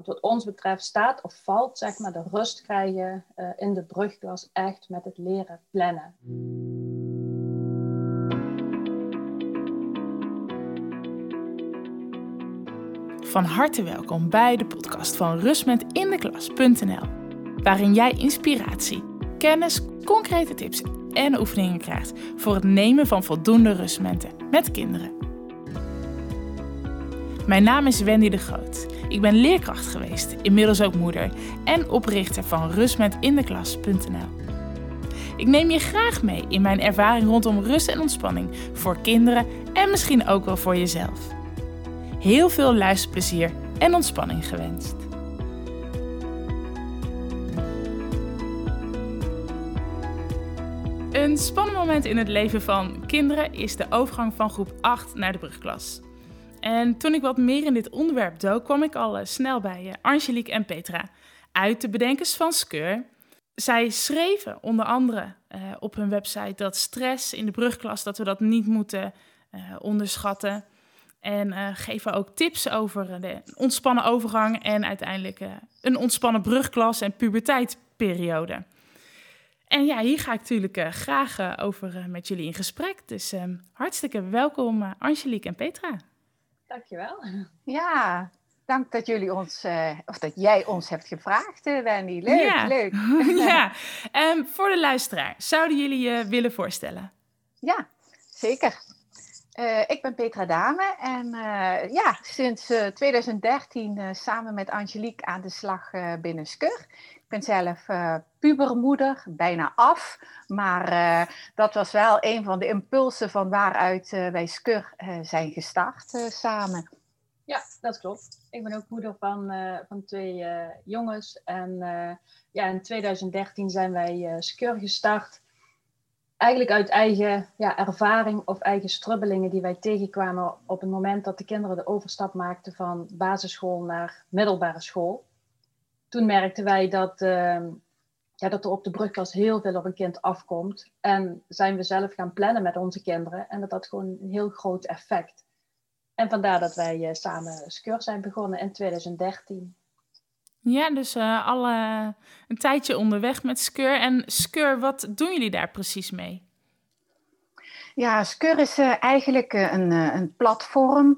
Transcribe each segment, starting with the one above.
Want wat ons betreft staat of valt zeg maar de rust krijgen in de brugklas echt met het leren plannen. Van harte welkom bij de podcast van rustmetindeklas.nl, waarin jij inspiratie, kennis, concrete tips en oefeningen krijgt voor het nemen van voldoende rustmomenten met kinderen. Mijn naam is Wendy de Groot. Ik ben leerkracht geweest, inmiddels ook moeder en oprichter van rustmetindeklas.nl. Ik neem je graag mee in mijn ervaring rondom rust en ontspanning voor kinderen en misschien ook wel voor jezelf. Heel veel luisterplezier en ontspanning gewenst. Een spannend moment in het leven van kinderen is de overgang van groep 8 naar de brugklas. En toen ik wat meer in dit onderwerp dook, kwam ik al snel bij Angelique en Petra uit de bedenkers van Skeur. Zij schreven onder andere op hun website dat stress in de brugklas, dat we dat niet moeten onderschatten. En geven ook tips over de ontspannen overgang en uiteindelijk een ontspannen brugklas en puberteitsperiode. En ja, hier ga ik natuurlijk graag over met jullie in gesprek. Dus hartstikke welkom Angelique en Petra. Dankjewel. Ja, dank dat jullie ons, of dat jij ons hebt gevraagd, Wendy. Leuk, ja. leuk. Ja, voor de luisteraar, zouden jullie je willen voorstellen? Ja, zeker. Ik ben Petra Dame en sinds 2013 samen met Angelique aan de slag binnen Skeur. Ik ben zelf pubermoeder, bijna af, maar dat was wel een van de impulsen van waaruit wij Skeur zijn gestart samen. Ja, dat klopt. Ik ben ook moeder van 2 jongens en in 2013 zijn wij Skeur gestart. Eigenlijk uit eigen ervaring of eigen strubbelingen die wij tegenkwamen op het moment dat de kinderen de overstap maakten van basisschool naar middelbare school. Toen merkten wij dat er op de brugklas heel veel op een kind afkomt. En zijn we zelf gaan plannen met onze kinderen en dat had gewoon een heel groot effect. En vandaar dat wij samen Skeur zijn begonnen in 2013. Ja, dus een tijdje onderweg met Skeur. En Skeur, wat doen jullie daar precies mee? Ja, Skeur is eigenlijk een platform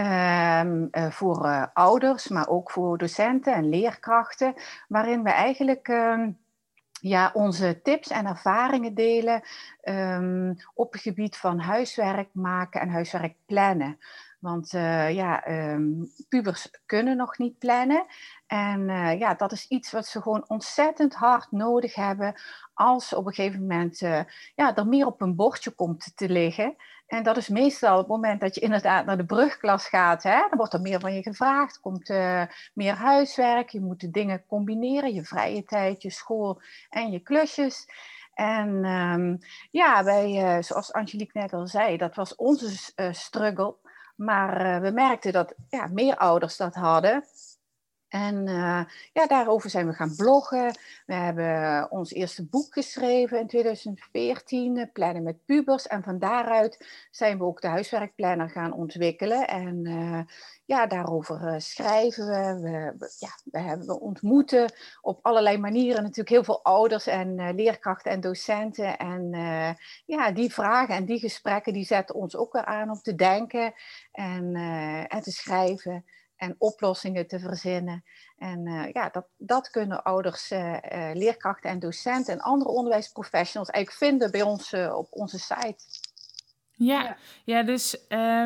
voor ouders, maar ook voor docenten en leerkrachten, waarin we eigenlijk onze tips en ervaringen delen op het gebied van huiswerk maken en huiswerk plannen. Want pubers kunnen nog niet plannen. En dat is iets wat ze gewoon ontzettend hard nodig hebben als op een gegeven moment er meer op een bordje komt te liggen. En dat is meestal het moment dat je inderdaad naar de brugklas gaat. Hè? Dan wordt er meer van je gevraagd, komt meer huiswerk. Je moet de dingen combineren, je vrije tijd, je school en je klusjes. En wij, zoals Angelique net al zei, dat was onze struggle. Maar we merkten dat meer ouders dat hadden. En daarover zijn we gaan bloggen. We hebben ons eerste boek geschreven in 2014, Plannen met Pubers. En van daaruit zijn we ook de huiswerkplanner gaan ontwikkelen. En daarover schrijven we ontmoeten op allerlei manieren natuurlijk heel veel ouders en leerkrachten en docenten. En die vragen en die gesprekken die zetten ons ook weer aan om te denken en te schrijven. En oplossingen te verzinnen. En dat kunnen ouders, leerkrachten en docenten en andere onderwijsprofessionals eigenlijk vinden bij ons op onze site. Ja, dus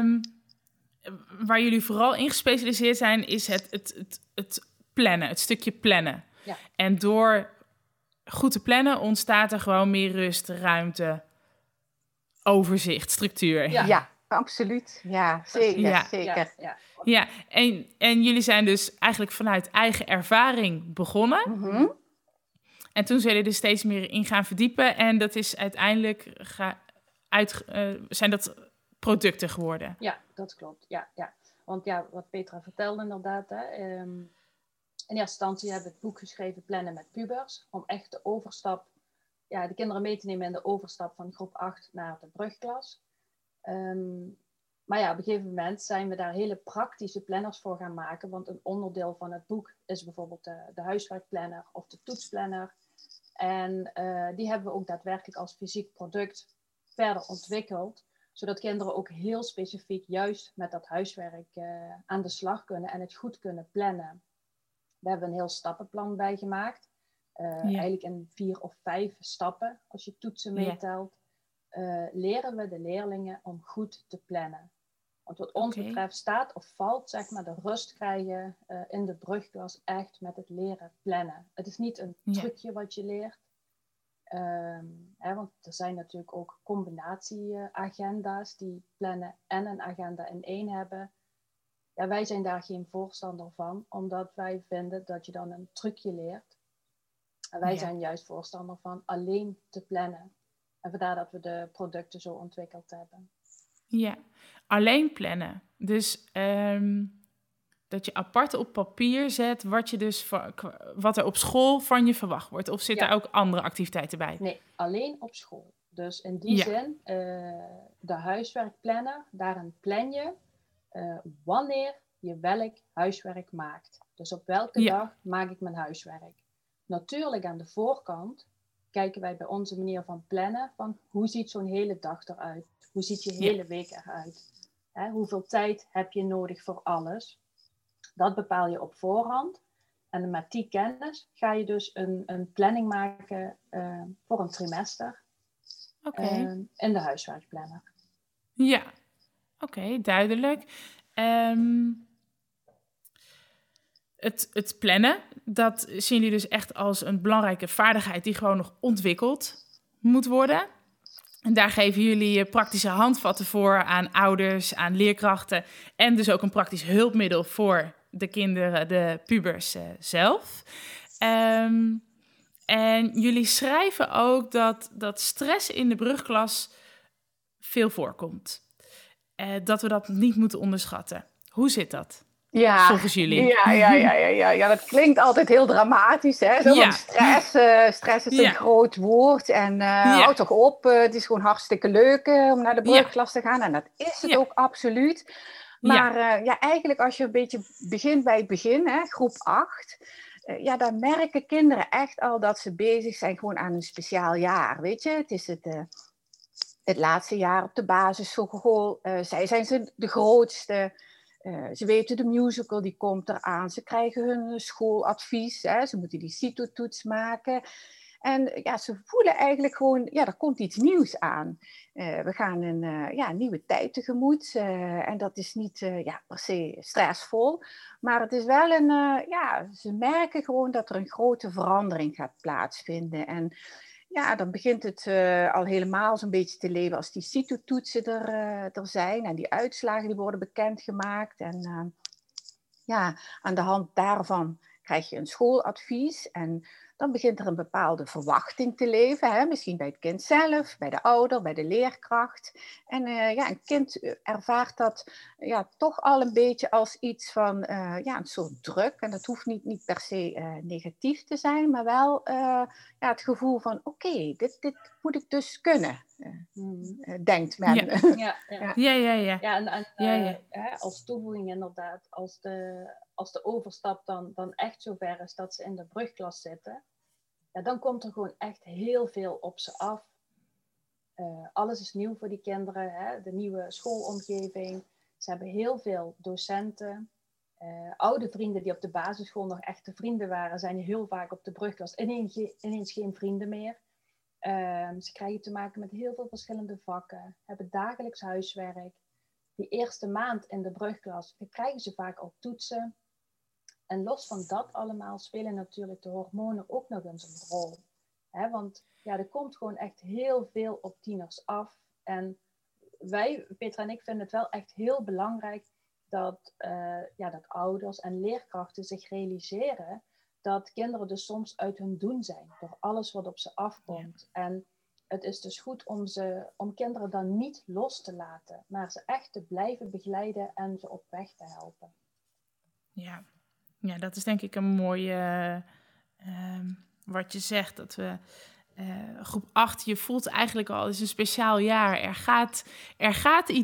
waar jullie vooral in gespecialiseerd zijn, is het plannen, het stukje plannen. Ja. En door goed te plannen ontstaat er gewoon meer rust, ruimte, overzicht, structuur. Ja, absoluut. Ja, zeker. Ja. Zeker. Ja, en jullie zijn dus eigenlijk vanuit eigen ervaring begonnen. Mm-hmm. En toen zijn jullie er steeds meer in gaan verdiepen. En dat is uiteindelijk zijn dat producten geworden. Ja, dat klopt. Ja. Want wat Petra vertelde inderdaad. Hè, in eerste instantie hebben we het boek geschreven Plannen met Pubers. Om echt de overstap, de kinderen mee te nemen in de overstap van groep 8 naar de brugklas. Maar ja, op een gegeven moment zijn we daar hele praktische planners voor gaan maken. Want een onderdeel van het boek is bijvoorbeeld de huiswerkplanner of de toetsplanner. En die hebben we ook daadwerkelijk als fysiek product verder ontwikkeld. Zodat kinderen ook heel specifiek juist met dat huiswerk aan de slag kunnen en het goed kunnen plannen. We hebben een heel stappenplan bij gemaakt. Eigenlijk in 4 of 5 stappen, als je toetsen meetelt. Leren we de leerlingen om goed te plannen. Want wat ons betreft staat of valt, zeg maar, de rust krijgen in de brugklas echt met het leren plannen. Het is niet een trucje wat je leert. Want er zijn natuurlijk ook combinatieagenda's die plannen en een agenda in 1 hebben. Ja, wij zijn daar geen voorstander van, omdat wij vinden dat je dan een trucje leert. En wij zijn juist voorstander van alleen te plannen. En vandaar dat we de producten zo ontwikkeld hebben. Ja, alleen plannen. Dus dat je apart op papier zet wat er op school van je verwacht wordt. Of zitten er ook andere activiteiten bij? Nee, alleen op school. Dus in die zin, de huiswerkplanner, daarin plan je wanneer je welk huiswerk maakt. Dus op welke dag maak ik mijn huiswerk. Natuurlijk aan de voorkant kijken wij bij onze manier van plannen van hoe ziet zo'n hele dag eruit? Hoe ziet je hele week eruit? Hoeveel tijd heb je nodig voor alles? Dat bepaal je op voorhand. En met die kennis ga je dus een planning maken voor een trimester in de huiswerkplanner. Ja, oké, duidelijk. Het plannen, dat zien jullie dus echt als een belangrijke vaardigheid die gewoon nog ontwikkeld moet worden. En daar geven jullie praktische handvatten voor aan ouders, aan leerkrachten en dus ook een praktisch hulpmiddel voor de kinderen, de pubers zelf. En jullie schrijven ook dat stress in de brugklas veel voorkomt. Dat we dat niet moeten onderschatten. Hoe zit dat? Ja, volgens jullie? Ja, dat klinkt altijd heel dramatisch, hè? Zo van stress is een groot woord en houd toch op, het is gewoon hartstikke leuk om naar de brugklas te gaan en dat is het ook absoluut. Maar eigenlijk als je een beetje begint bij het begin, hè, groep 8, dan merken kinderen echt al dat ze bezig zijn gewoon aan een speciaal jaar, weet je. Het is het laatste jaar op de basisschool, zij zijn de grootste. Ze weten de musical, die komt eraan. Ze krijgen hun schooladvies. Hè. Ze moeten die CITO-toets maken. En ze voelen eigenlijk gewoon, er komt iets nieuws aan. We gaan een nieuwe tijd tegemoet. En dat is niet per se stressvol. Maar het is wel ze merken gewoon dat er een grote verandering gaat plaatsvinden. En dan begint het al helemaal zo'n beetje te leven als die CITO-toetsen er zijn. En die uitslagen die worden bekendgemaakt. En aan de hand daarvan krijg je een schooladvies. En dan begint er een bepaalde verwachting te leven. Hè? Misschien bij het kind zelf, bij de ouder, bij de leerkracht. En een kind ervaart dat toch al een beetje als iets van een soort druk. En dat hoeft niet per se negatief te zijn, maar wel het gevoel van oké, dit moet ik dus kunnen, denkt men. Als toevoeging inderdaad, als de overstap dan echt zover is dat ze in de brugklas zitten, dan komt er gewoon echt heel veel op ze af. Alles is nieuw voor die kinderen, hè? De nieuwe schoolomgeving. Ze hebben heel veel docenten. Oude vrienden die op de basisschool nog echte vrienden waren, zijn heel vaak op de brugklas ineens geen vrienden meer. Ze krijgen te maken met heel veel verschillende vakken, hebben dagelijks huiswerk. Die eerste maand in de brugklas krijgen ze vaak al toetsen. En los van dat allemaal spelen natuurlijk de hormonen ook nog eens een rol. Want er komt gewoon echt heel veel op tieners af. En wij, Petra en ik, vinden het wel echt heel belangrijk dat ouders en leerkrachten zich realiseren dat kinderen dus soms uit hun doen zijn door alles wat op ze afkomt. Ja. En het is dus goed om kinderen dan niet los te laten, maar ze echt te blijven begeleiden en ze op weg te helpen. Ja, dat is denk ik een mooie wat je zegt, dat we groep 8, je voelt eigenlijk al, het is een speciaal jaar. Er gaat iets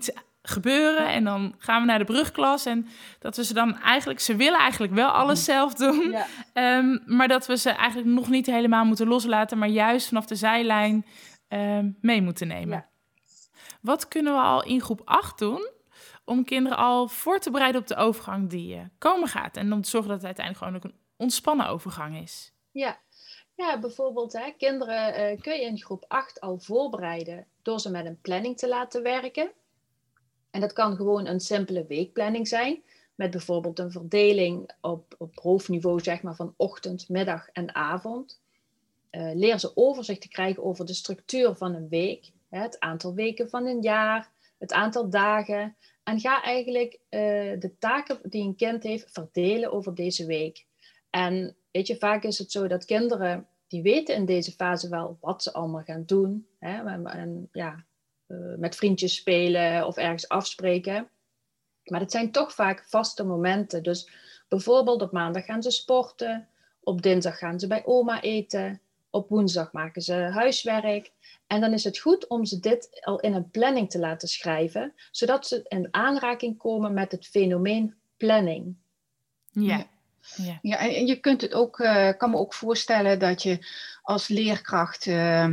gebeuren. En dan gaan we naar de brugklas. En dat we ze dan eigenlijk... Ze willen eigenlijk wel alles zelf doen. Ja. Maar dat we ze eigenlijk nog niet helemaal moeten loslaten. Maar juist vanaf de zijlijn mee moeten nemen. Ja. Wat kunnen we al in groep 8 doen... om kinderen al voor te bereiden op de overgang die komen gaat. En om te zorgen dat het uiteindelijk gewoon ook een ontspannen overgang is. Ja, bijvoorbeeld kinderen kun je in groep 8 al voorbereiden door ze met een planning te laten werken. En dat kan gewoon een simpele weekplanning zijn. Met bijvoorbeeld een verdeling op hoofdniveau zeg maar, van ochtend, middag en avond. Leer ze overzicht te krijgen over de structuur van een week. Het aantal weken van een jaar, het aantal dagen. En ga eigenlijk de taken die een kind heeft verdelen over deze week. En weet je, vaak is het zo dat kinderen, die weten in deze fase wel wat ze allemaal gaan doen. En met vriendjes spelen of ergens afspreken. Maar het zijn toch vaak vaste momenten. Dus bijvoorbeeld op maandag gaan ze sporten. Op dinsdag gaan ze bij oma eten. Op woensdag maken ze huiswerk. En dan is het goed om ze dit al in een planning te laten schrijven. Zodat ze in aanraking komen met het fenomeen planning. Ja. Ja, en je kunt het ook, kan me ook voorstellen dat je als leerkracht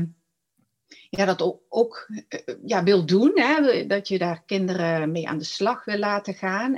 dat ook wil doen. Hè? Dat je daar kinderen mee aan de slag wil laten gaan.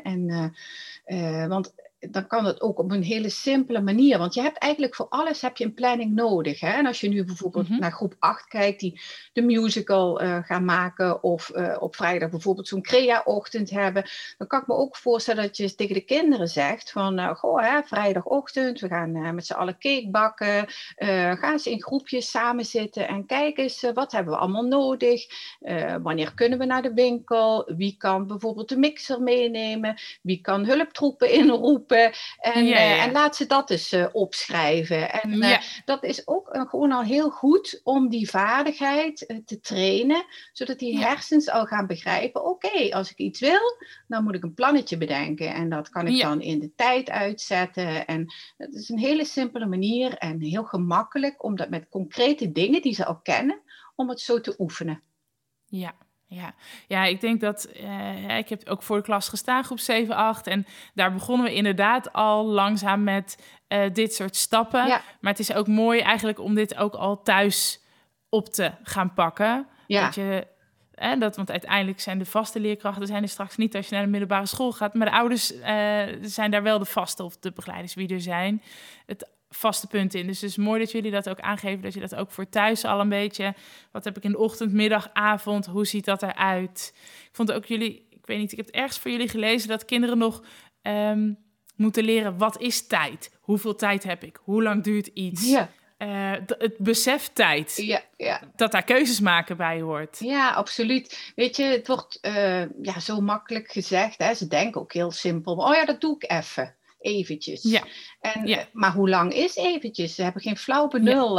Want dan kan het ook op een hele simpele manier. Want je hebt eigenlijk voor alles heb je een planning nodig. Hè? En als je nu bijvoorbeeld naar groep 8 kijkt, die de musical gaan maken. Of op vrijdag bijvoorbeeld zo'n crea-ochtend hebben. Dan kan ik me ook voorstellen dat je tegen de kinderen zegt van... vrijdagochtend, we gaan met z'n allen cake bakken. Gaan ze in groepjes samen zitten en kijk eens, wat hebben we allemaal nodig? Wanneer kunnen we naar de winkel? Wie kan bijvoorbeeld de mixer meenemen? Wie kan hulptroepen inroepen? En laat ze dat eens opschrijven. En dat is ook gewoon al heel goed om die vaardigheid te trainen. Zodat die hersens al gaan begrijpen. Oké, als ik iets wil, dan moet ik een plannetje bedenken. En dat kan ik dan in de tijd uitzetten. En dat is een hele simpele manier. En heel gemakkelijk om dat met concrete dingen die ze al kennen. Om het zo te oefenen. Ja, ik denk dat... ik heb ook voor de klas gestaan, groep 7, 8. En daar begonnen we inderdaad al langzaam met dit soort stappen. Ja. Maar het is ook mooi eigenlijk om dit ook al thuis op te gaan pakken. Ja. Want uiteindelijk zijn de vaste leerkrachten zijn er straks niet als je naar de middelbare school gaat. Maar de ouders zijn daar wel de vaste of de begeleiders wie er zijn. Het vaste punten in. Dus het is mooi dat jullie dat ook aangeven, dat je dat ook voor thuis al een beetje... Wat heb ik in de ochtend, middag, avond? Hoe ziet dat eruit? Ik vond ook jullie... Ik weet niet, ik heb het ergens voor jullie gelezen dat kinderen nog moeten leren... Wat is tijd? Hoeveel tijd heb ik? Hoe lang duurt iets? Ja. Het besef tijd. Dat daar keuzes maken bij hoort. Ja, absoluut. Weet je, het wordt zo makkelijk gezegd. Hè? Ze denken ook heel simpel. Oh ja, dat doe ik even. Eventjes. Ja. Maar hoe lang is eventjes? Ze hebben geen flauw benul.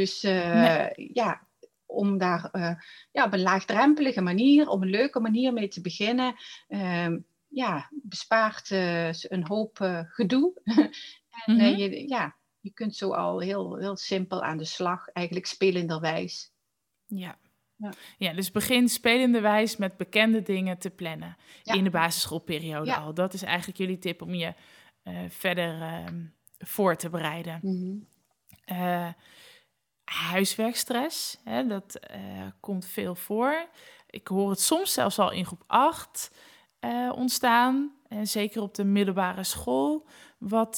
Om daar op een laagdrempelige manier, op een leuke manier mee te beginnen, bespaart een hoop gedoe. Je kunt zo al heel, heel simpel aan de slag, eigenlijk spelenderwijs. Ja, dus begin spelenderwijs met bekende dingen te plannen in de basisschoolperiode al. Dat is eigenlijk jullie tip om je verder voor te bereiden. Huiswerkstress, dat komt veel voor. Ik hoor het soms zelfs al in groep 8 ontstaan. En zeker op de middelbare school. Wat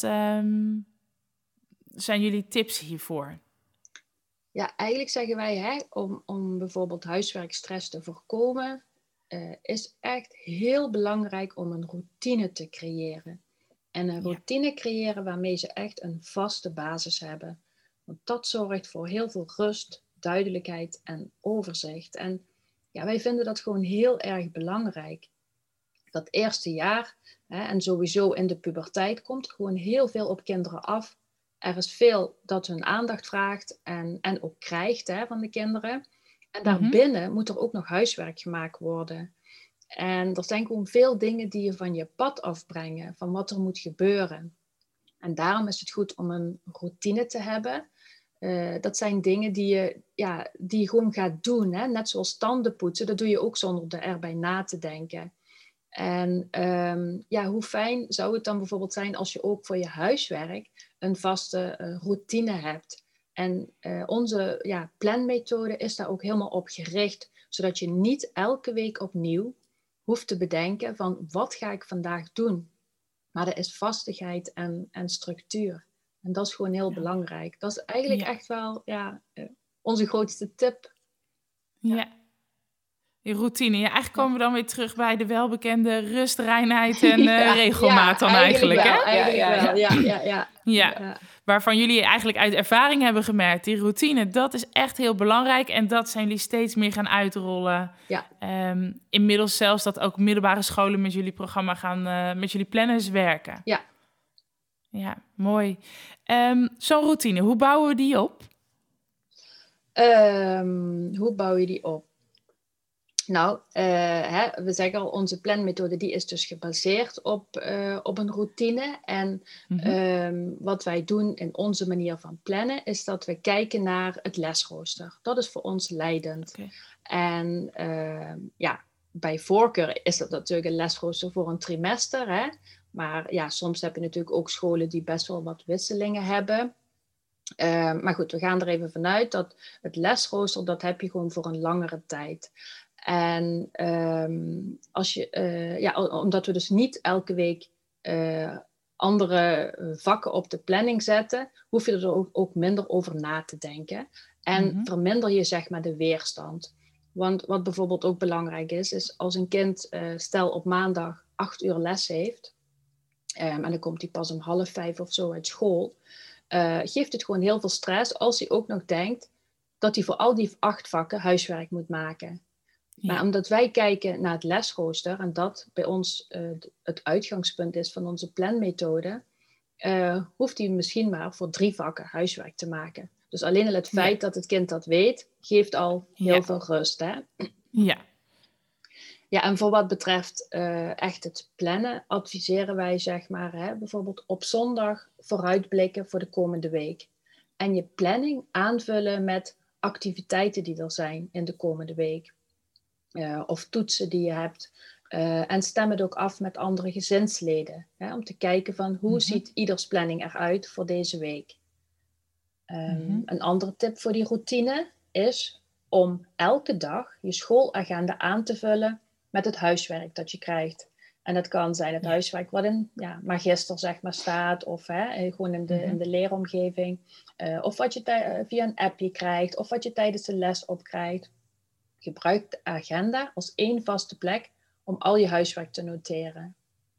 zijn jullie tips hiervoor? Ja, eigenlijk zeggen wij, om bijvoorbeeld huiswerkstress te voorkomen, is echt heel belangrijk om een routine te creëren. En een routine creëren waarmee ze echt een vaste basis hebben. Want dat zorgt voor heel veel rust, duidelijkheid en overzicht. En wij vinden dat gewoon heel erg belangrijk. Dat eerste jaar, en sowieso in de puberteit, komt gewoon heel veel op kinderen af. Er is veel dat hun aandacht vraagt en ook krijgt van de kinderen. En daarbinnen moet er ook nog huiswerk gemaakt worden. En er zijn gewoon veel dingen die je van je pad afbrengen, van wat er moet gebeuren. En daarom is het goed om een routine te hebben. Dat zijn dingen die je gewoon gaat doen. Net zoals tanden poetsen, dat doe je ook zonder erbij na te denken. En hoe fijn zou het dan bijvoorbeeld zijn als je ook voor je huiswerk een vaste routine hebt. En onze planmethode is daar ook helemaal op gericht, zodat je niet elke week opnieuw hoeft te bedenken van wat ga ik vandaag doen. Maar er is vastigheid en structuur. En dat is gewoon heel belangrijk. Dat is eigenlijk echt wel onze grootste tip. Ja. Die routine. Ja, eigenlijk komen we dan weer terug bij de welbekende rust, reinheid en regelmaat dan eigenlijk. Wel, hè? Eigenlijk wel. Ja. Waarvan jullie eigenlijk uit ervaring hebben gemerkt, die routine, dat is echt heel belangrijk. En dat zijn jullie steeds meer gaan uitrollen. Ja. Inmiddels zelfs dat ook middelbare scholen met jullie programma gaan, met jullie planners werken. Ja. Ja, mooi. Zo'n routine, hoe bouwen we die op? Hoe bouw je die op? Nou, we zeggen al, onze planmethode die is dus gebaseerd op een routine. En wat wij doen in onze manier van plannen, is dat we kijken naar het lesrooster. Dat is voor ons leidend. Okay. En bij voorkeur is dat natuurlijk een lesrooster voor een trimester. Hè? Maar ja, soms heb je natuurlijk ook scholen die best wel wat wisselingen hebben. Maar goed, we gaan er even vanuit dat het lesrooster, dat heb je gewoon voor een langere tijd. En omdat we dus niet elke week andere vakken op de planning zetten, hoef je er ook minder over na te denken. En verminder je zeg maar de weerstand. Want wat bijvoorbeeld ook belangrijk is als een kind stel op maandag 8 uur les heeft, en dan komt hij pas om 4:30 of zo uit school, geeft het gewoon heel veel stress als hij ook nog denkt dat hij voor al die 8 vakken huiswerk moet maken. Ja. Maar omdat wij kijken naar het lesrooster en dat bij ons het uitgangspunt is van onze planmethode, hoeft hij misschien maar voor 3 vakken huiswerk te maken. Dus alleen al het feit dat het kind dat weet, geeft al heel veel rust. Hè? Ja. Ja, en voor wat betreft echt het plannen, adviseren wij zeg maar, bijvoorbeeld op zondag vooruitblikken voor de komende week. En je planning aanvullen met activiteiten die er zijn in de komende week. Of toetsen die je hebt. En stem het ook af met andere gezinsleden. Hè, om te kijken van hoe ziet ieders planning eruit voor deze week. Een andere tip voor die routine is om elke dag je schoolagenda aan te vullen met het huiswerk dat je krijgt. En dat kan zijn het huiswerk wat in Magister zeg maar staat. Of gewoon in de leeromgeving. Of wat je via een appje krijgt. Of wat je tijdens de les opkrijgt. Gebruik de agenda als 1 vaste plek om al je huiswerk te noteren.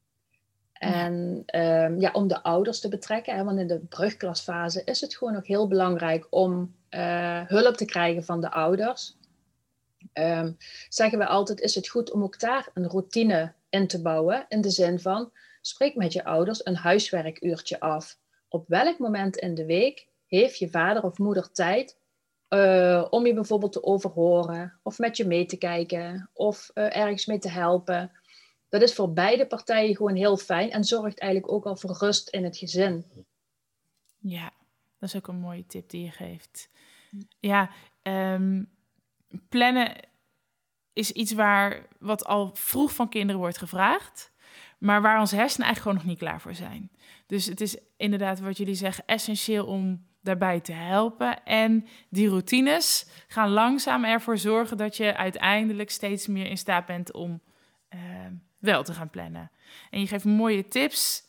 En om de ouders te betrekken. Hè, want in de brugklasfase is het gewoon nog heel belangrijk om hulp te krijgen van de ouders. Zeggen we altijd, is het goed om ook daar een routine in te bouwen. In de zin van, spreek met je ouders een huiswerkuurtje af. Op welk moment in de week heeft je vader of moeder tijd om je bijvoorbeeld te overhoren. Of met je mee te kijken. Of ergens mee te helpen. Dat is voor beide partijen gewoon heel fijn. En zorgt eigenlijk ook al voor rust in het gezin. Ja, dat is ook een mooie tip die je geeft. Ja, plannen is iets wat al vroeg van kinderen wordt gevraagd, maar waar onze hersenen eigenlijk gewoon nog niet klaar voor zijn. Dus het is inderdaad wat jullie zeggen essentieel om daarbij te helpen. En die routines gaan langzaam ervoor zorgen dat je uiteindelijk steeds meer in staat bent om wel te gaan plannen. En je geeft mooie tips.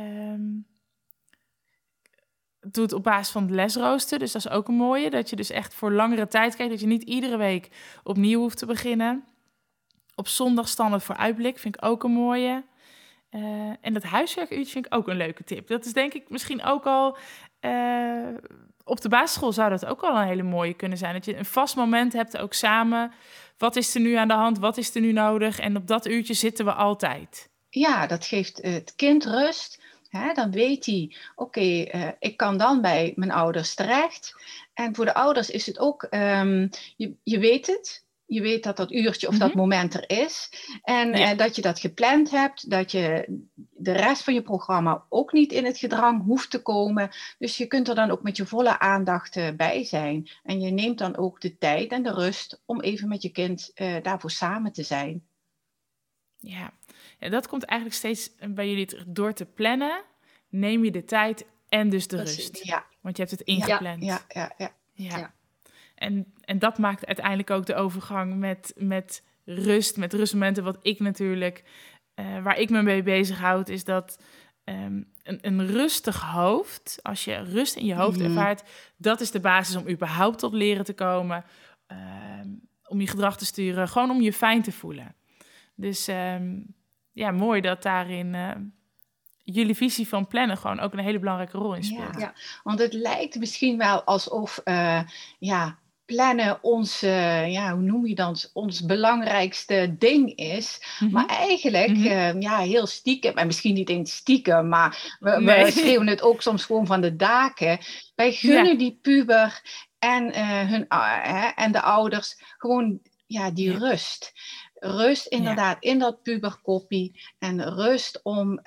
Doe het op basis van het lesrooster. Dus dat is ook een mooie. Dat je dus echt voor langere tijd kijkt. Dat je niet iedere week opnieuw hoeft te beginnen. Op zondag standaard voor uitblik. Vind ik ook een mooie. En dat huiswerkuurtje vind ik ook een leuke tip. Dat is denk ik misschien ook al... op de basisschool zou dat ook al een hele mooie kunnen zijn. Dat je een vast moment hebt ook samen. Wat is er nu aan de hand? Wat is er nu nodig? En op dat uurtje zitten we altijd. Ja, dat geeft het kind rust. Dan weet hij, ik kan dan bij mijn ouders terecht. En voor de ouders is het ook, je weet het. Je weet dat dat uurtje of dat moment er is. En dat je dat gepland hebt. Dat je de rest van je programma ook niet in het gedrang hoeft te komen. Dus je kunt er dan ook met je volle aandacht bij zijn. En je neemt dan ook de tijd en de rust om even met je kind daarvoor samen te zijn. Ja. Ja, dat komt eigenlijk steeds bij jullie terug. Door te plannen, neem je de tijd en dus de Precies. rust. Ja. Want je hebt het ingepland. Ja. En dat maakt uiteindelijk ook de overgang met rust, met rustmomenten. Wat ik natuurlijk, waar ik me mee bezighoud, is dat een rustig hoofd, als je rust in je hoofd ervaart, dat is de basis om überhaupt tot leren te komen, om je gedrag te sturen, gewoon om je fijn te voelen. Dus mooi dat daarin jullie visie van plannen gewoon ook een hele belangrijke rol in speelt. Ja, want het lijkt misschien wel alsof plannen ons, hoe noem je dat, ons belangrijkste ding is. Maar eigenlijk, heel stiekem, en misschien niet eens stiekem, maar we schreeuwen het ook soms gewoon van de daken. Wij gunnen die puber en, en de ouders gewoon die rust. Rust inderdaad in dat puberkoppie en rust om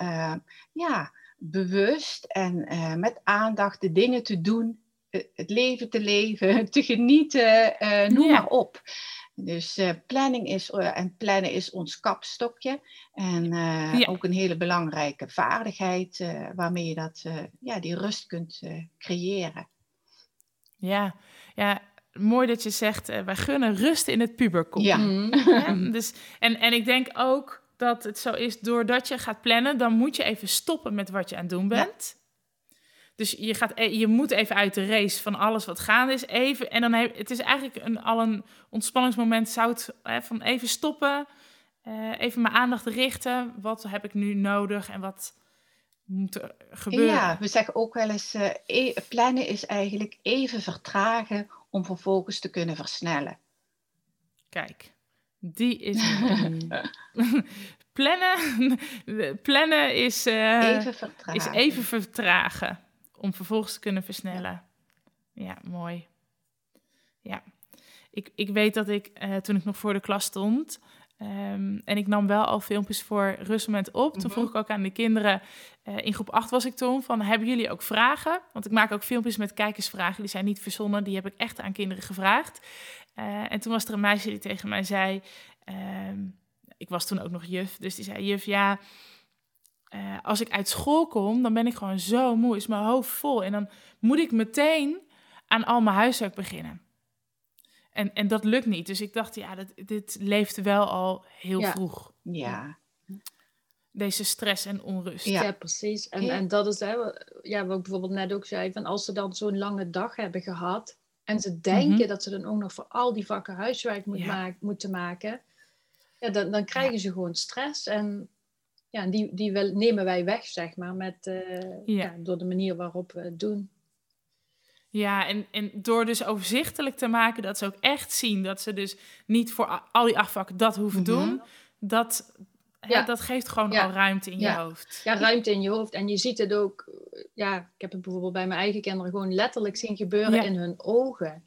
bewust en met aandacht de dingen te doen, het leven te leven, te genieten, noem maar op. Dus plannen is ons kapstokje en ook een hele belangrijke vaardigheid waarmee je die rust kunt creëren. Ja, mooi dat je zegt, wij gunnen rust in het puberkoppie. Dus, en ik denk ook dat het zo is, doordat je gaat plannen, dan moet je even stoppen met wat je aan het doen bent. Dus je moet even uit de race van alles wat gaande is. Even, en dan het is eigenlijk al een ontspanningsmoment. Van even stoppen, even mijn aandacht richten. Wat heb ik nu nodig en wat moet er gebeuren? Ja, we zeggen ook wel eens, plannen is eigenlijk even vertragen om vervolgens te kunnen versnellen. Kijk, die is plannen is even vertragen om vervolgens te kunnen versnellen. Ja, mooi. Ja, ik weet dat ik toen ik nog voor de klas stond en ik nam wel al filmpjes voor rustmoment op. Toen vroeg ik ook aan de kinderen, in groep 8 was ik toen, van hebben jullie ook vragen? Want ik maak ook filmpjes met kijkersvragen, die zijn niet verzonnen, die heb ik echt aan kinderen gevraagd. En toen was er een meisje die tegen mij zei, ik was toen ook nog juf, dus die zei, juf, als ik uit school kom, dan ben ik gewoon zo moe, is mijn hoofd vol. En dan moet ik meteen aan al mijn huiswerk beginnen. En dat lukt niet. Dus ik dacht, dit leeft wel al heel vroeg. Ja. Deze stress en onrust. Ja, precies. En dat is wat ik bijvoorbeeld net ook zei, van als ze dan zo'n lange dag hebben gehad en ze denken dat ze dan ook nog voor al die vakken huiswerk moeten maken, dan krijgen ze gewoon stress. En die nemen wij weg, zeg maar, door de manier waarop we het doen. Ja, en door dus overzichtelijk te maken, dat ze ook echt zien dat ze dus niet voor al die 8 vakken dat hoeven doen, dat geeft gewoon al ruimte in je hoofd. Ja, ruimte in je hoofd. En je ziet het ook, ik heb het bijvoorbeeld bij mijn eigen kinderen gewoon letterlijk zien gebeuren in hun ogen.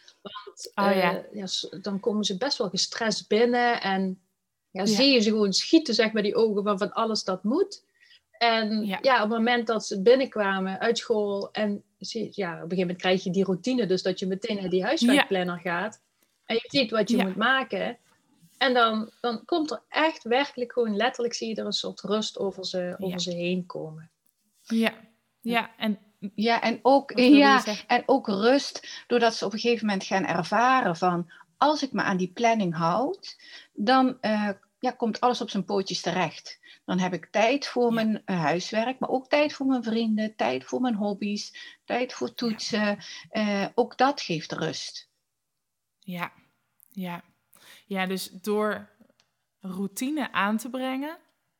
Want dan komen ze best wel gestrest binnen en zie je ze gewoon schieten, zeg maar, die ogen van alles dat moet. En op het moment dat ze binnenkwamen uit school en op een gegeven moment krijg je die routine, dus dat je meteen naar die huiswerkplanner gaat en je ziet wat je moet maken. En dan komt er echt werkelijk gewoon letterlijk, zie je er een soort rust over ze heen komen. En ook rust, doordat ze op een gegeven moment gaan ervaren van, als ik me aan die planning houd, dan komt alles op zijn pootjes terecht. Dan heb ik tijd voor mijn huiswerk, maar ook tijd voor mijn vrienden, tijd voor mijn hobby's, tijd voor toetsen. Ook dat geeft rust. Ja, dus door routine aan te brengen,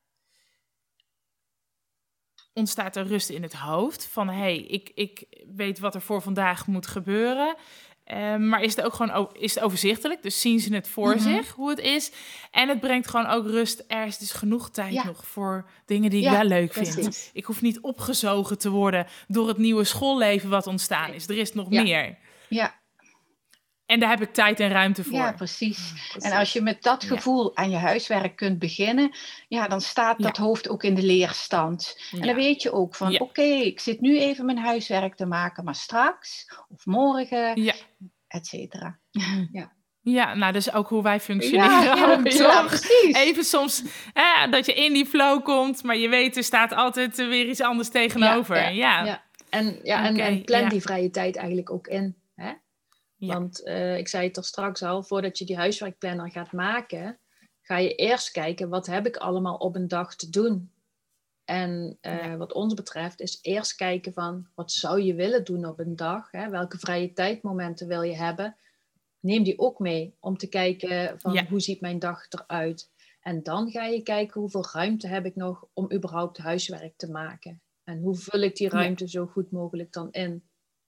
ontstaat er rust in het hoofd. Van, ik weet wat er voor vandaag moet gebeuren. Maar is het ook gewoon overzichtelijk? Dus zien ze het voor zich, hoe het is. En het brengt gewoon ook rust. Er is dus genoeg tijd nog voor dingen die ik wel leuk vind. Ik hoef niet opgezogen te worden door het nieuwe schoolleven wat ontstaan is. Er is nog meer. Ja. En daar heb ik tijd en ruimte voor. Ja, precies. En als je met dat gevoel aan je huiswerk kunt beginnen, dan staat dat hoofd ook in de leerstand. En dan weet je ook van, oké, ik zit nu even mijn huiswerk te maken, maar straks of morgen, et cetera. Ja, nou, dus ook hoe wij functioneren. Precies. Even soms dat je in die flow komt, maar je weet, er staat altijd weer iets anders tegenover. Ja. En plan die vrije tijd eigenlijk ook in. Hè? Ja. Want ik zei het er straks al, voordat je die huiswerkplanner gaat maken, ga je eerst kijken, wat heb ik allemaal op een dag te doen? En wat ons betreft is eerst kijken van, wat zou je willen doen op een dag? Hè? Welke vrije tijdmomenten wil je hebben? Neem die ook mee om te kijken van, hoe ziet mijn dag eruit? En dan ga je kijken, hoeveel ruimte heb ik nog om überhaupt huiswerk te maken? En hoe vul ik die ruimte zo goed mogelijk dan in?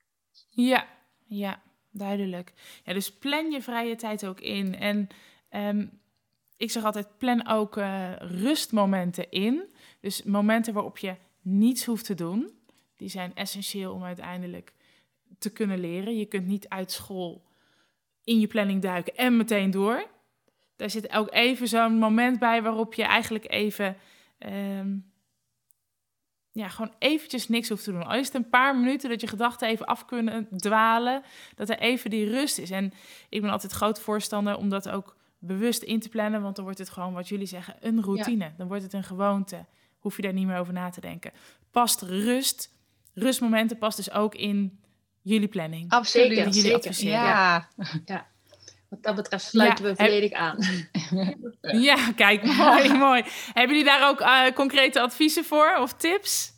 Ja, duidelijk. Ja, dus plan je vrije tijd ook in. En ik zeg altijd, plan ook rustmomenten in. Dus momenten waarop je niets hoeft te doen. Die zijn essentieel om uiteindelijk te kunnen leren. Je kunt niet uit school in je planning duiken en meteen door. Daar zit ook even zo'n moment bij waarop je eigenlijk even gewoon eventjes niks hoeft te doen. Al is het een paar minuten dat je gedachten even af kunnen dwalen, dat er even die rust is. En ik ben altijd groot voorstander om dat ook bewust in te plannen, want dan wordt het gewoon, wat jullie zeggen, een routine. Ja. Dan wordt het een gewoonte. Hoef je daar niet meer over na te denken. Past rustmomenten past dus ook in jullie planning. Absoluut. Jullie adviseren. Ja. Wat dat betreft sluiten we volledig aan. Ja, kijk, mooi. Hebben jullie daar ook concrete adviezen voor of tips?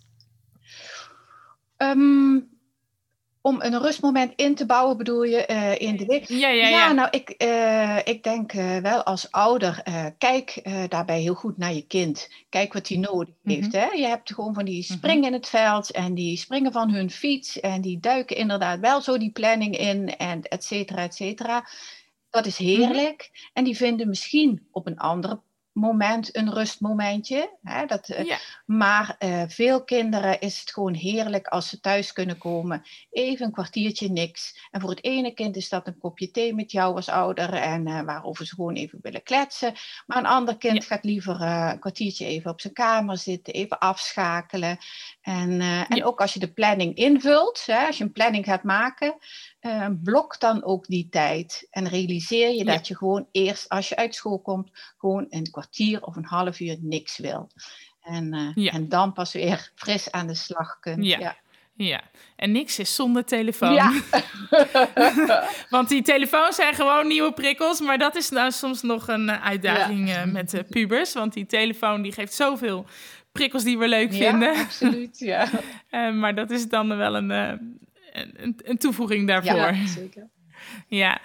Om een rustmoment in te bouwen, bedoel je, in de week? Ja. Nou, ik denk wel als ouder, kijk daarbij heel goed naar je kind. Kijk wat hij nodig heeft. Hè? Je hebt gewoon van die springen in het veld en die springen van hun fiets en die duiken inderdaad wel zo die planning in en et cetera, et cetera. Dat is heerlijk. En die vinden misschien op een ander moment een rustmomentje. Hè? Maar veel kinderen is het gewoon heerlijk als ze thuis kunnen komen. Even een kwartiertje niks. En voor het ene kind is dat een kopje thee met jou als ouder. En waarover ze gewoon even willen kletsen. Maar een ander kind gaat liever een kwartiertje even op zijn kamer zitten. Even afschakelen. En ook als je de planning invult. Hè, als je een planning gaat maken. Blok dan ook die tijd. En realiseer je dat je gewoon eerst als je uit school komt. Gewoon een kwartier of een half uur niks wil. En dan pas weer fris aan de slag kunt. Ja, en niks is zonder telefoon. Ja. Want die telefoons zijn gewoon nieuwe prikkels. Maar dat is nou soms nog een uitdaging met pubers. Want die telefoon die geeft zoveel prikkels die we leuk vinden. Ja, absoluut, ja. Maar dat is dan wel een toevoeging daarvoor. Ja, zeker. Ja.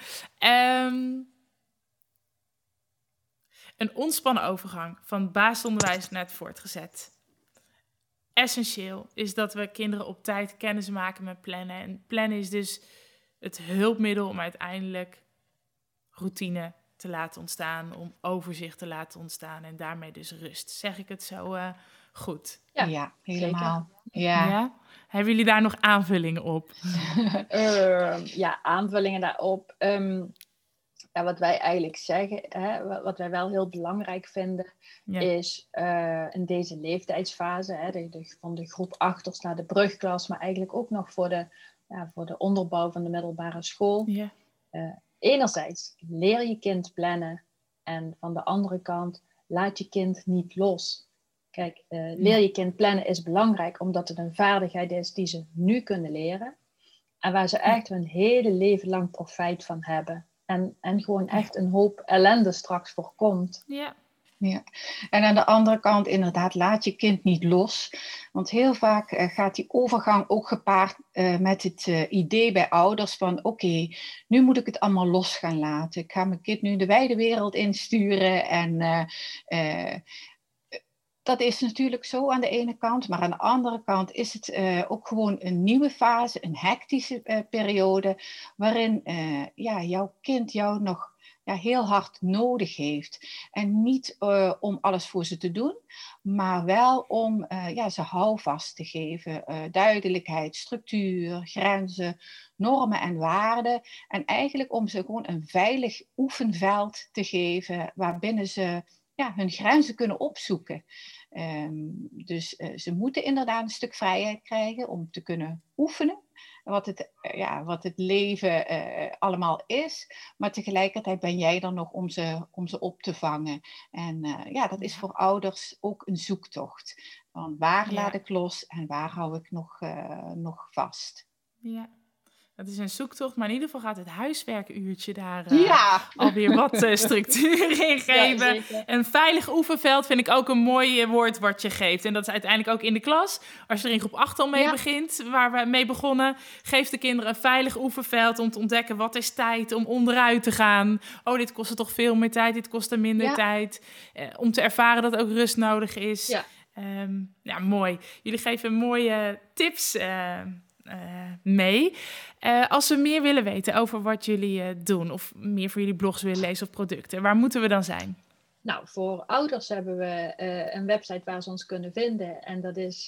Een ontspannen overgang van basisonderwijs naar het voortgezet. Essentieel is dat we kinderen op tijd kennis maken met plannen. En plannen is dus het hulpmiddel om uiteindelijk routine te laten ontstaan, om overzicht te laten ontstaan en daarmee dus rust. Zeg ik het zo goed? Ja, helemaal. Ja. Hebben jullie daar nog aanvullingen op? Aanvullingen daarop. Wat wij eigenlijk zeggen, wat wij wel heel belangrijk vinden, is in deze leeftijdsfase, van de groep 8 naar de brugklas, maar eigenlijk ook nog voor de onderbouw van de middelbare school. Ja. Enerzijds leer je kind plannen en van de andere kant laat je kind niet los. Kijk, leer je kind plannen is belangrijk omdat het een vaardigheid is die ze nu kunnen leren en waar ze echt hun hele leven lang profijt van hebben. En gewoon echt een hoop ellende straks voorkomt. Ja. En aan de andere kant inderdaad, laat je kind niet los. Want heel vaak gaat die overgang ook gepaard met het idee bij ouders van oké, nu moet ik het allemaal los gaan laten. Ik ga mijn kind nu de wijde wereld insturen. En dat is natuurlijk zo aan de ene kant. Maar aan de andere kant is het ook gewoon een nieuwe fase, een hectische periode. Waarin jouw kind jou nog heel hard nodig heeft. En niet om alles voor ze te doen. Maar wel om ze houvast te geven. Duidelijkheid, structuur, grenzen, normen en waarden. En eigenlijk om ze gewoon een veilig oefenveld te geven. Waarbinnen ze hun grenzen kunnen opzoeken. Dus ze moeten inderdaad een stuk vrijheid krijgen om te kunnen oefenen. wat het leven allemaal is. Maar tegelijkertijd ben jij er nog om ze op te vangen. En dat is voor ouders ook een zoektocht. Van waar laat ik los en waar hou ik nog vast? Ja. Het is een zoektocht, maar in ieder geval gaat het huiswerkuurtje daar alweer wat structuur in geven. Ja, een veilig oefenveld vind ik ook een mooi woord wat je geeft. En dat is uiteindelijk ook in de klas. Als je er in groep 8 al mee begint, waar we mee begonnen, geef de kinderen een veilig oefenveld om te ontdekken wat is tijd om onderuit te gaan. Oh, dit kostte toch veel meer tijd, dit kostte minder tijd. Om te ervaren dat ook rust nodig is. Ja, mooi. Jullie geven mooie tips mee. Als we meer willen weten over wat jullie doen, of meer voor jullie blogs willen lezen of producten, waar moeten we dan zijn? Nou, voor ouders hebben we een website waar ze ons kunnen vinden en dat is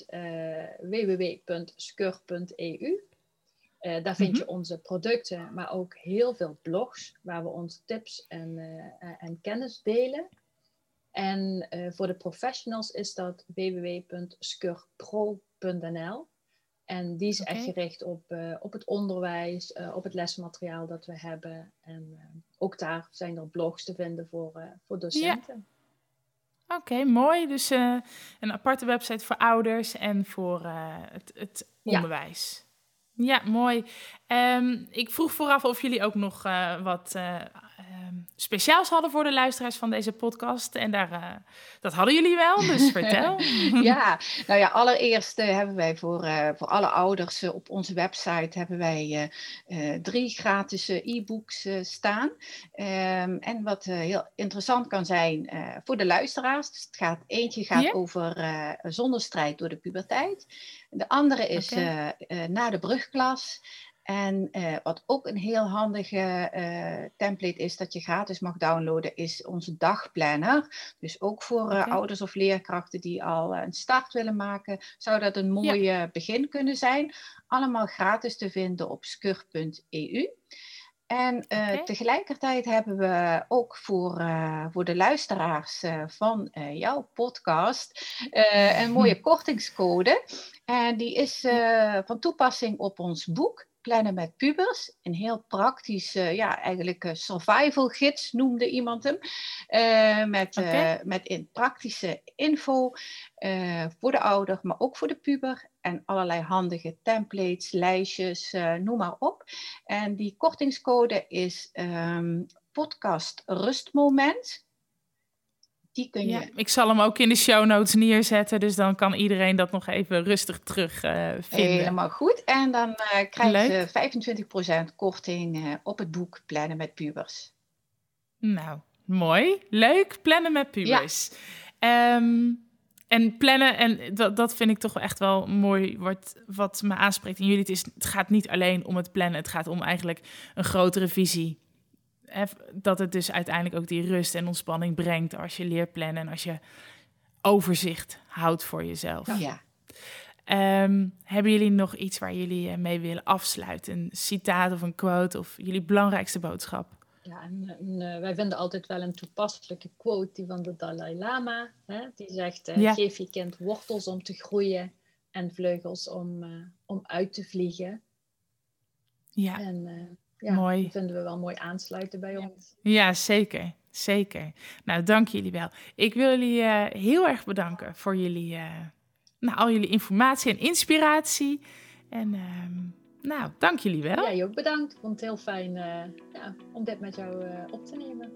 www.skur.eu. Daar vind je onze producten, maar ook heel veel blogs waar we onze tips en kennis delen. En voor de professionals is dat www.skurpro.nl. En die is echt gericht op het onderwijs, op het lesmateriaal dat we hebben. En ook daar zijn er blogs te vinden voor docenten. Ja. Oké, mooi. Dus een aparte website voor ouders en voor het onderwijs. Ja, mooi. Ik vroeg vooraf of jullie ook nog wat speciaals hadden voor de luisteraars van deze podcast. En dat hadden jullie wel, dus vertel. Allereerst hebben wij voor alle ouders op onze website hebben wij 3 gratis e-books staan. En wat heel interessant kan zijn voor de luisteraars. Dus eentje gaat over zonder strijd door de puberteit. De andere is na de brugklas. En wat ook een heel handige template is dat je gratis mag downloaden, is onze dagplanner. Dus ook voor ouders of leerkrachten die al een start willen maken, zou dat een mooi begin kunnen zijn. Allemaal gratis te vinden op skur.eu. En tegelijkertijd hebben we ook voor de luisteraars van jouw podcast een mooie kortingscode. En die is van toepassing op ons boek Plannen met Pubers. Een heel praktisch, eigenlijk survival gids noemde iemand hem. Met praktische info voor de ouder, maar ook voor de puber. En allerlei handige templates, lijstjes, noem maar op. En die kortingscode is podcast Rustmoment. Die kun je... ik zal hem ook in de show notes neerzetten, dus dan kan iedereen dat nog even rustig terug vinden. Helemaal goed. En dan krijg je 25% korting op het boek Plannen met Pubers. Nou, mooi. Leuk. Plannen met Pubers. Ja. En plannen, en dat vind ik toch echt wel mooi wat me aanspreekt in jullie. Het gaat niet alleen om het plannen, het gaat om eigenlijk een grotere visie. Dat het dus uiteindelijk ook die rust en ontspanning brengt als je leert plannen en als je overzicht houdt voor jezelf. Ja. Hebben jullie nog iets waar jullie mee willen afsluiten? Een citaat of een quote of jullie belangrijkste boodschap? Ja, wij vinden altijd wel een toepasselijke quote, die van de Dalai Lama. Hè? Die zegt, geef je kind wortels om te groeien en vleugels om uit te vliegen. Ja, en, mooi. Die vinden we wel mooi aansluiten bij ons. Ja, zeker. Zeker. Nou, dank jullie wel. Ik wil jullie heel erg bedanken voor jullie, al jullie informatie en inspiratie. En dank jullie wel. Jij ook bedankt. Ik vond het heel fijn om dit met jou op te nemen.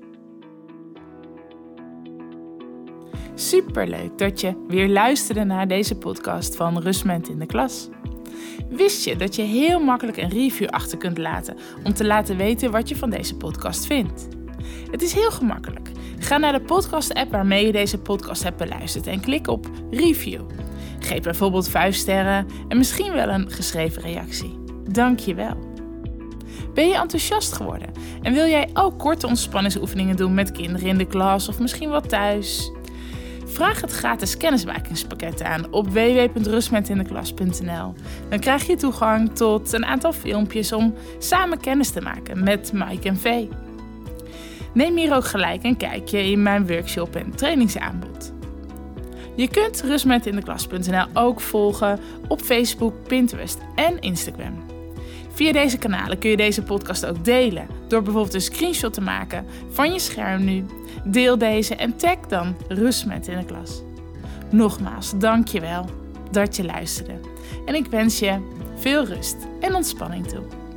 Superleuk dat je weer luisterde naar deze podcast van Rustmoment in de Klas. Wist je dat je heel makkelijk een review achter kunt laten om te laten weten wat je van deze podcast vindt? Het is heel gemakkelijk. Ga naar de podcast-app waarmee je deze podcast hebt beluisterd en klik op review. Geef bijvoorbeeld 5 sterren en misschien wel een geschreven reactie. Dank je wel. Ben je enthousiast geworden en wil jij ook korte ontspanningsoefeningen doen met kinderen in de klas of misschien wat thuis? Vraag het gratis kennismakingspakket aan op www.rustmomentindeklas.nl. Dan krijg je toegang tot een aantal filmpjes om samen kennis te maken met Mike en Vee. Neem hier ook gelijk een kijkje in mijn workshop en trainingsaanbod. Je kunt rustmomentindeklas.nl ook volgen op Facebook, Pinterest en Instagram. Via deze kanalen kun je deze podcast ook delen, door bijvoorbeeld een screenshot te maken van je scherm nu. Deel deze en tag dan Rustmoment in de klas. Nogmaals, dankjewel dat je luisterde. En ik wens je veel rust en ontspanning toe.